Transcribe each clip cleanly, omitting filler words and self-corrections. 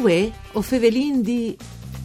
Uè, o fevelin di...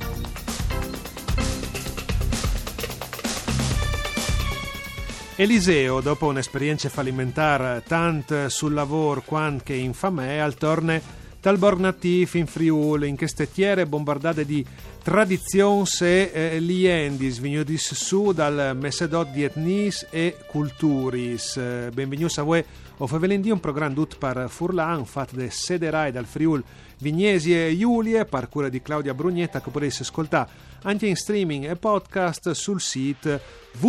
Eliseo, dopo un'esperienza fallimentare tant sul lavoro quanto in famè, al torne dal Borg Natif in Friuli, in queste terre bombardate di tradizioni e liendis, venutis su dal messedot di etnis e culturis. Benvenuti a voi, o favelindi un programma dut par Furlan, fatto de Sederai dal Friul, Vignesi e Giulie, par cura di Claudia Brugnetta, che potete ascoltare anche in streaming e podcast sul sito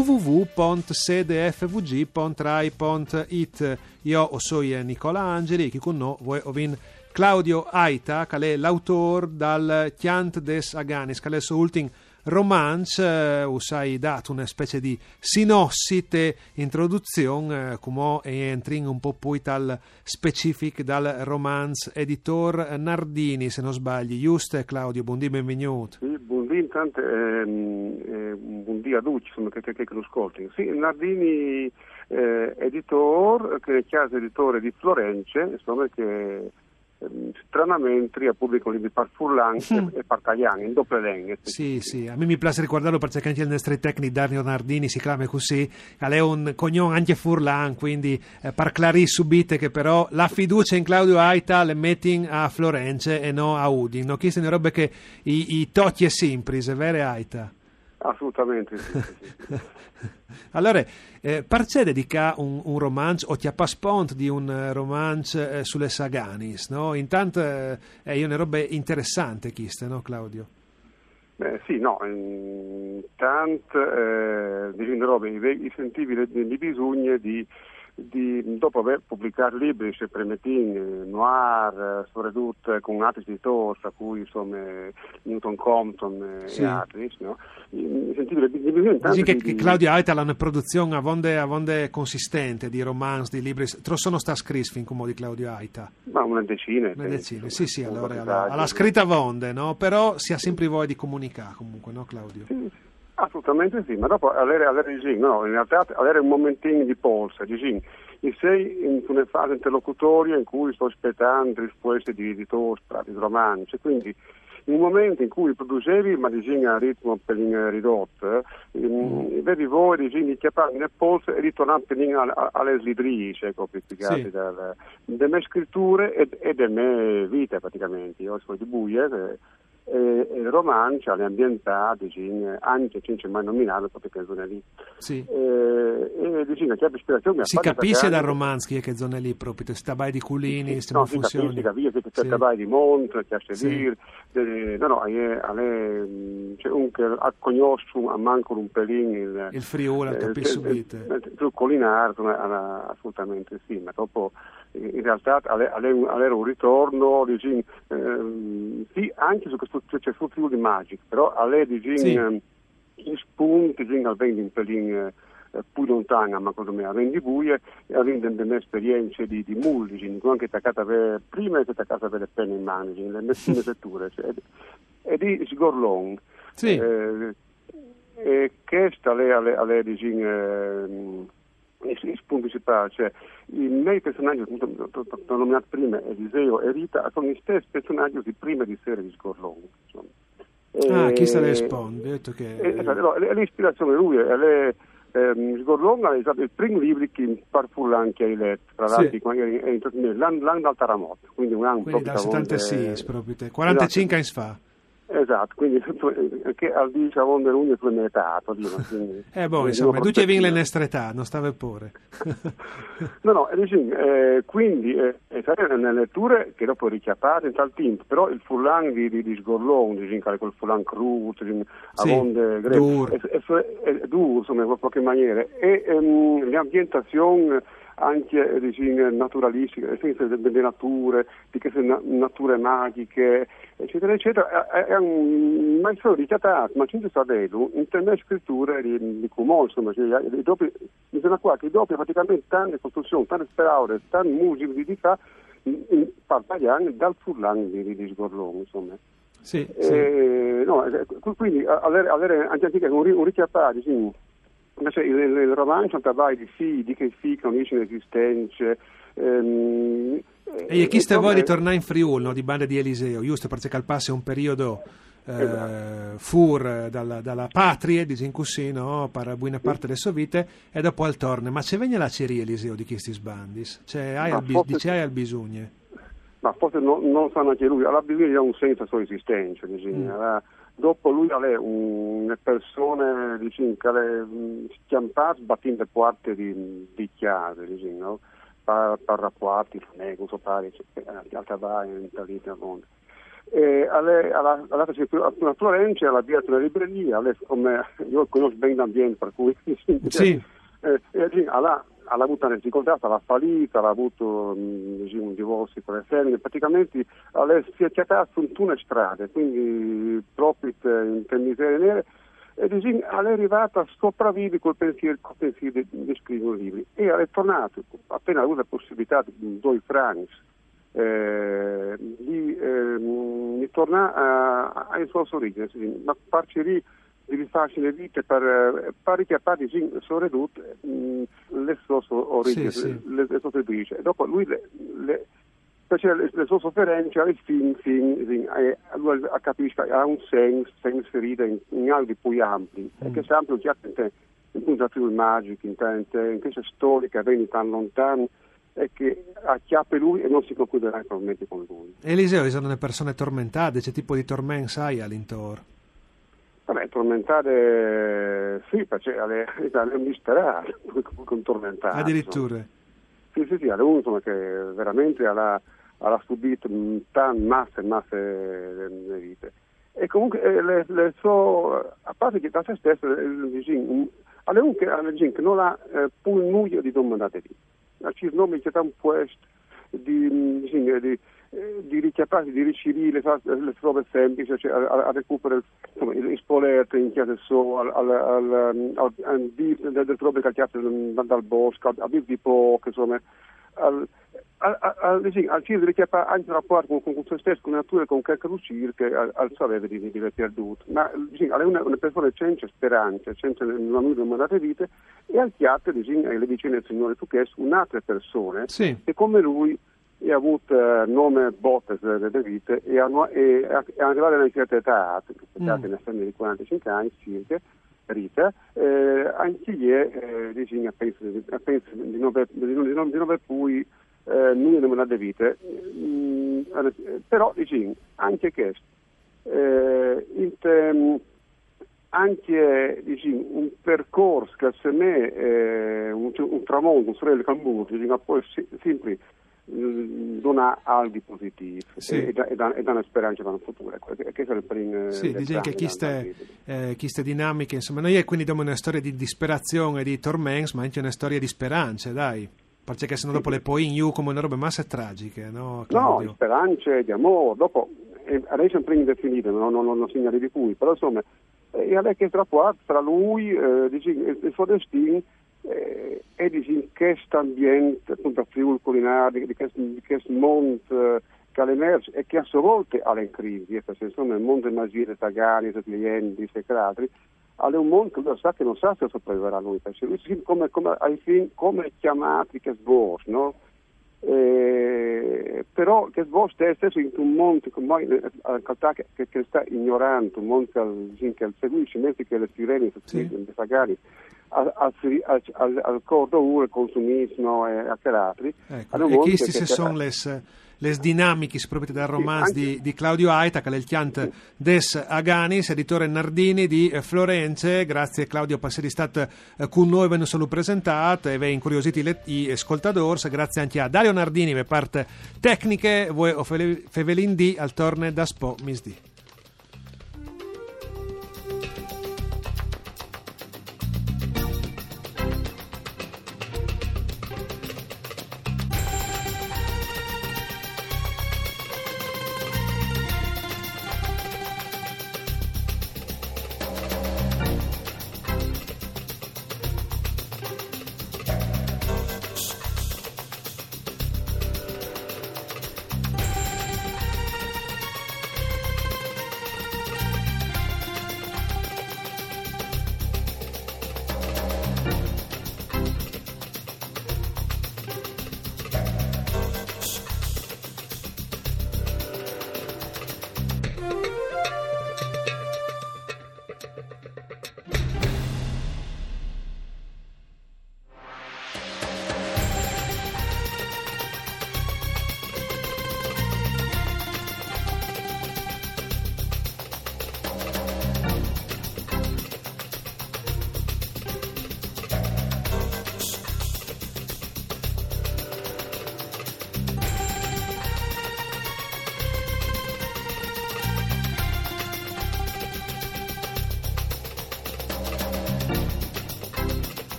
www.sedefvg.rai.it. Io sono Nicola Angeli, che con noi voi ovin Claudio Aita, che è l'autore dal Chiant des Aganis, che è il suo ultimo romanzo, usai dato una specie di sinossi e introduzione, come entri un po' poi tal specific dal romanzo editor Nardini, se non sbagli. Giusto Claudio, buondì, benvenuto. Sì, buondì, intanto buondì a tutti che lo ascoltano. Sì, Nardini editor, che è casa editore di Florenze, insomma, che stranamente pubblica libri per Furlan e per Tagliani in doppie lingue. Sì, a me mi piace ricordarlo perché anche il nostro tecnico Dario Nardini si chiama così, è un cognome anche Furlan, quindi per chiarire subito che però la fiducia in Claudio Aita le metti a Florenze e no a Udine, no? Chi se ne robe che i tocchi e simpris, è vero Aita? Assolutamente sì. Allora, perché dedica un romanzo o ti appaspont di un romanzo sulle Saganis, no? Intanto è una roba interessante questa, no Claudio? Sì, no, intanto i sentivi di bisogno di dopo aver pubblicato libri, cioè Premetin, Noir, soprattutto con altri editori, tra cui insomma Newton Compton sì. E altri, no? I sentivi di bisogno dici che Claudio Aita ha una produzione a vonde consistente di romanzi, di libri, sono sta scritti fin come di Claudio Aita? Ma una decina, sì, allora alla scritta vonde, no? Però si ha sempre voglia di comunicare comunque, no Claudio? Sì. Assolutamente sì, ma dopo in realtà avere un momentino di polso, sei in una fase interlocutoria in cui sto aspettando risposte di editori, di romanzi, quindi in un momento in cui producevi ma a ritmo per ridotto, vedi voi di chiappare nel polso e ritornare alle librerie, piegate delle mie scritture e delle mie vite praticamente. Io sono di buie e il romanzo alle ambientate anche senza mai nominare perché zone lì sì. E che ispirazione si capisce dal romanzo che zone lì proprio sta bai di culini si capisce che c'è bai di monte che c'è c'è un che ha conosciuto a manco un pelin il Friuli capisce subito il collinare assolutamente sì, ma dopo in realtà avere un ritorno sì, anche su questo c'è sul Friuli Magic, però a lei gli spunti al vento un pelin più lontana, ma come a rendi buie e avendo delle esperienze di multi, anche attaccata prima che attaccata per le penne in mano, le messine setture, e di Sgorlon. Sì. E questa lei i spunti principali, cioè i miei personaggi appunto nominati prima Eliseo e Rita sono gli stessi personaggi di prima di serie di Sgorlon. Chi se ne risponde? Detto che l'ispirazione lui Sgorlon è stato il primo libro che per Furlan che hai letto, tra l'altro quando è l'anno dal terremoto, quindi un anno quindi dal 76 proprio 45 anni fa. Esatto, quindi che al 10 avonde l'ugno tu ne età, insomma, tu ci avevi le nostre età, non stava pure. quindi saranno nelle letture che dopo richiappate in tal tempo, però il Furlan di Sgorlon, quel Furlan crudo, avonde duro, insomma, in qualche maniera, e le ambientazioni anche naturalistiche, nel senso delle nature, di queste nature magiche, eccetera, eccetera, è un maestro richiatato, ma ci sta dentro, in tante scritture di Cumò, insomma, bisogna qua che dopo praticamente tante costruzioni, tante speraure, tanti musiche di fa, partagliano dal Furlan di Sgorlon, insomma. Sì. Quindi avere anche un richiattato, invece il romanzo vai di che fica un'isce inesistenze. E chi ste voi di tornare in Friuli, no? Di bande di Eliseo, giusto perché al passo un periodo fur dalla patria, disin così, no? Per buona parte delle sue vite, e dopo al torne. Ma c'è vegna la Ceri Eliseo di questi sbandis? Hai al bisogno? Ma forse non sanno anche lui, alla bisogno ha un senso della sua esistenza, diciamo. Dopo lui ha una persona, diciamo, che ha schiampato battendo le porte di chiave, diciamo, no? Per rapporti, negozio, pari, altra vai, in Italia, nel mondo. A Florenzi, alla via della libreria, come io conosco bene l'ambiente, per cui sì. Ha avuto una difficoltà, l'ha fallita, ha avuto un divorzio con le femmine, praticamente si è chiamata su una strada, quindi profit in miserie nere, e è arrivata a sopravvivere col pensiero di scrivere un libro, e è tornato, appena ha avuto la possibilità di 2 francs, di tornare alle sue origini, ma farci di rifarci le vite per richiappare sono ridotte le sue origini, sì. le sue tribuci. E dopo lui perché le sue sofferenze alle fine lui capisce che ha un senso ferire in altri più ampi, e che sempre in punto più magico, in questa storia che viene tan lontano, e che acchiappa lui e non si concluderà probabilmente con lui. Eliseo sono delle persone tormentate, c'è tipo di tormento sai all'intorno? Vabbè, tormentate sì, perché è disperate con tormentate. Addirittura? Sì, è uno che veramente ha subito tante masse di vite. E comunque le sue, a parte che da se stesso, alle gente che non ha più nulla di domandate lì. Ci nome c'è un puesto di richiappare, di ricevere le robe semplici, cioè a recuperare il spoleto in chiesa al bip delle robe cacchiate dal bosco, a bip di poco, insomma, al cielo di richiappare anche un rapporto con se stesso, con la natura, con qualche uscire che al sapere di aver perduto. Ma è una persona senza speranza, senza nulla mandate vite, e al chiatto le vicine del Signore tu che è un'altra persona, sì, che come lui e ha avuto nome botte delle vite e arrivato a una certa età, nella femmina di 45 anni circa, Rita, anche lì penso di non aver poi nulla non ha de vite, però anche questo anche un percorso che se me un tramonto, un sorelle cambur, ma poi sempre non ha albi positivi, sì, e dà una speranza per un futuro. Sì, dice che queste dinamiche, insomma, non è quindi una storia di disperazione e di torments, ma anche una storia di speranze, dai. Perché se no dopo le poi in come una roba masse tragiche, no? Claudio? No, speranze di amore, dopo adesso è indefinito, non segnali di cui, però insomma, e adesso tra lui e il suo destino, e in questo ambiente appunto friul culinario, di questo mondo che emerge e che a sua volta ha in crisi, perché insomma il mondo magia dei tagani, dei clienti, dei altri, è un mondo che lui sa che non sa se sopravviverà lui, perché lui come chiamati che sbos, no? Però che sbos stesso in un mondo che sta ignorando, un mondo che seguisce, mentre che le sirene, dei tagani, al cordo il consumismo e a altri. Ecco, e queste sono le dinamiche proprio dal romanzo di Claudio Aita, che è il chiant des Aganis, editore Nardini di Florenze. Grazie Claudio per essere stato con noi, ve ne sono presentato e vi incuriositi gli ascoltatori. Grazie anche a Dario Nardini per parte tecniche, voi o Fevelin di al torne da Spo Misdi.